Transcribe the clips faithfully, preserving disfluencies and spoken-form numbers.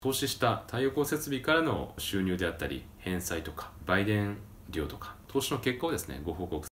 投資した太陽光設備からの収入であったり、返済とか売電量とか投資の結果をですね、ご報告。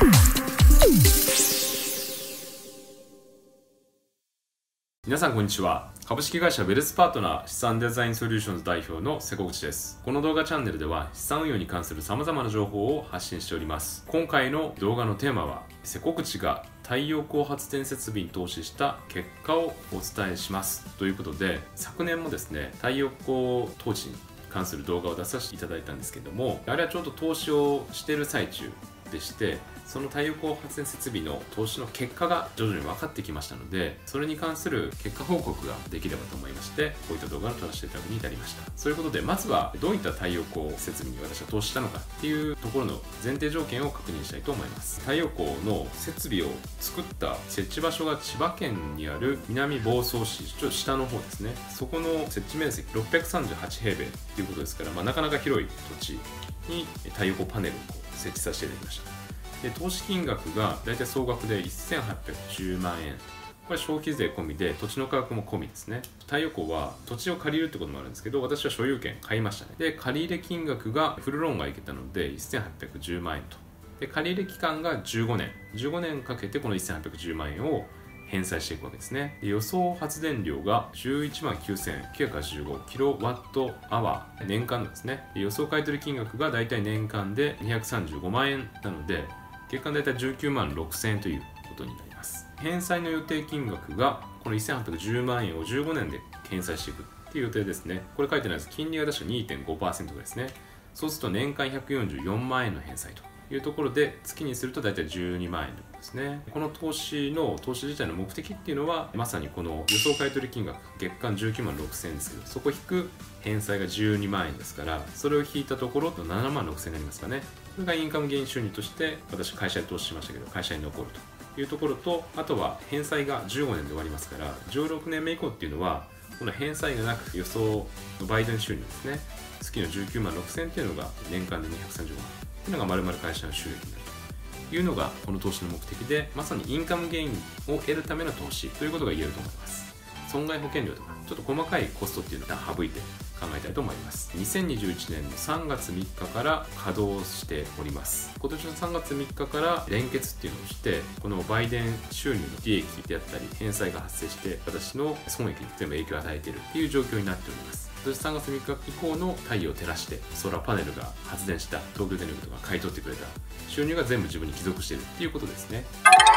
皆さんこんにちは。株式会社ウェルスパートナー資産デザインソリューションズ代表の瀬古口です。この動画チャンネルでは資産運用に関する様々な情報を発信しております。今回の動画のテーマは、瀬古口が太陽光発電設備に投資した結果をお伝えしますということで、昨年もですね、太陽光投資に関する動画を出させていただいたんですけども、あれはちょうど投資をしている最中でして、その太陽光発電設備の投資の結果が徐々に分かってきましたので、それに関する結果報告ができればと思いまして、こういった動画を撮らせていただくに至りました。そういうことで、まずはどういった太陽光設備に私は投資したのかっていうところの前提条件を確認したいと思います。太陽光の設備を作った設置場所が千葉県にある南房総市、ちょっと下の方ですね。そこの設置面積ろっぴゃくさんじゅうはちへいべいということですから、まあ、なかなか広い土地に太陽光パネルを設置させていただきました。で投資金額がだいたい総額でせんはっぴゃくじゅうまんえん。これ消費税込みで土地の価格も込みですね。太陽光は土地を借りるってこともあるんですけど、私は所有権買いましたね。で借入金額がフルローンがいけたのでせんはっぴゃくじゅうまんえんと。で借入期間がじゅうごねん。じゅうごねんかけてこのせんはっぴゃくじゅうまんえんを返済していくわけですね。で予想発電量がじゅういちまんきゅうせんきゅうひゃくはちじゅうごキロワットアワー、年間ですね。で予想買取金額がだいたい年間でにひゃくさんじゅうごまんえんなので、月間だいたいじゅうきゅうまんろくせんえんということになります。返済の予定金額がこのせんはっぴゃくじゅうまんえんをじゅうごねんで返済していくっていう予定ですね。これ書いてないです。金利が確か にてんごパーセント ですね。そうすると年間ひゃくよんじゅうよんまんえんの返済というところで、月にするとだいたいじゅうにまんえんですね。この投資の投資自体の目的っていうのは、まさにこの予想買取金額月間じゅうきゅうまんろくせんえんですけど、そこ引く返済がじゅうにまんえんですから、それを引いたところとななまんろくせんえんになりますかね。これがインカムゲイン収入として私会社で投資しましたけど、会社に残るというところと、あとは返済がじゅうごねんで終わりますから、じゅうろくねんめ以降っていうのはこの返済がなく予想の売電収入ですね、月のじゅうきゅうまんろくせんえんっていうのが年間でにひゃくさんじゅうごまんっていうのが丸々会社の収益になるというのがこの投資の目的で、まさにインカムゲインを得るための投資ということが言えると思います。損害保険料とかちょっと細かいコストっていうのを省いて考えたいと思います。にせんにじゅういちねんのさんがつみっかから稼働しております。今年のさんがつみっかから連結っていうのをして、この売電収入の利益であったり返済が発生して私の損益に全部影響を与えているっていう状況になっております。そしてさんがつみっか以降の太陽を照らしてソーラーパネルが発電した東京電力とか買い取ってくれた収入が全部自分に帰属しているっていうことですね。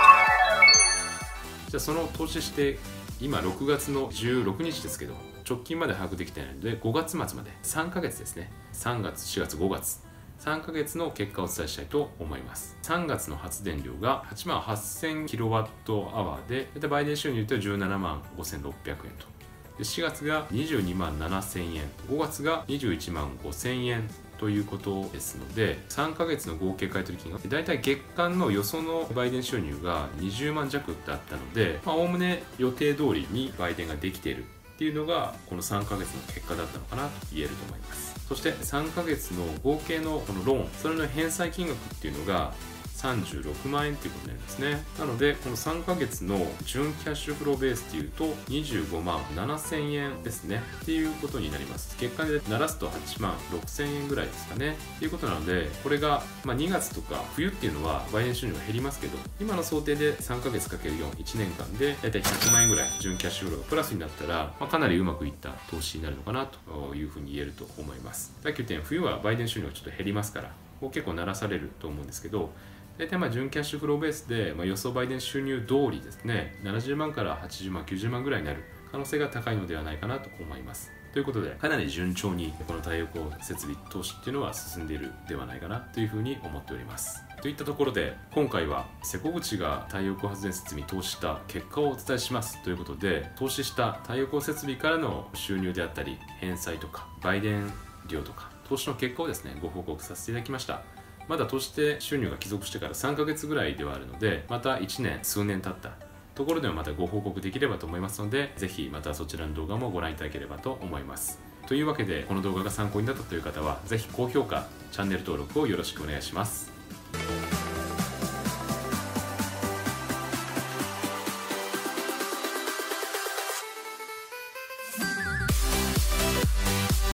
じゃあその投資して今ろくがつのじゅうろくにちですけど、直近まで把握できてないのでごがつまつまでさんかげつですね。さんがつ、しがつ、ごがつさんかげつの結果をお伝えしたいと思います。さんがつの発電量がはちまんはっせんキロワットアワーで、大体売電収入とじゅうななまんごせんろっぴゃくえんと。でしがつがにじゅうにまんななせんえん、ごがつがにじゅういちまんごせんえんということですので、さんかげつの合計買取金額、だいたい月間の予想の売電収入がにじゅうまん弱だったので、おおむね予定通りに売電ができているっていうのがこのさんかげつの結果だったのかなと言えると思います。そしてさんかげつの合計のこのローン、それの返済金額っていうのがさんじゅうろくまんえんということになりますね。なのでこのさんかげつの純キャッシュフローベースっていうとにじゅうごまんななせんえんですねっていうことになります。月間でならすとはちまんろくせんえんぐらいですかねっていうことなので、これがまあにがつとか冬っていうのは売電収入が減りますけど、今の想定でさんかげつかけるよん、いちねんかんでだいたいひゃくまんえんぐらい純キャッシュフローがプラスになったら、まあ、かなりうまくいった投資になるのかなというふうに言えると思います。さっき言ったように冬は売電収入がちょっと減りますから、ここ結構ならされると思うんですけど、大体まあ純キャッシュフローベースで、まあ、予想売電収入通りですね、ななじゅうまんからはちじゅうまん、きゅうじゅうまんぐらいになる可能性が高いのではないかなと思います。ということで、かなり順調にこの太陽光設備投資っていうのは進んでいるではないかなというふうに思っております。といったところで、今回は瀬古口が太陽光発電設備に投資した結果をお伝えしますということで、投資した太陽光設備からの収入であったり返済とか売電量とか投資の結果をですね、ご報告させていただきました。まだ投資で収入が帰属してからさんかげつぐらいではあるので、またいちねん数年経ったところでもまたご報告できればと思いますので、ぜひまたそちらの動画もご覧いただければと思います。というわけで、この動画が参考になったという方はぜひ高評価、チャンネル登録をよろしくお願いします。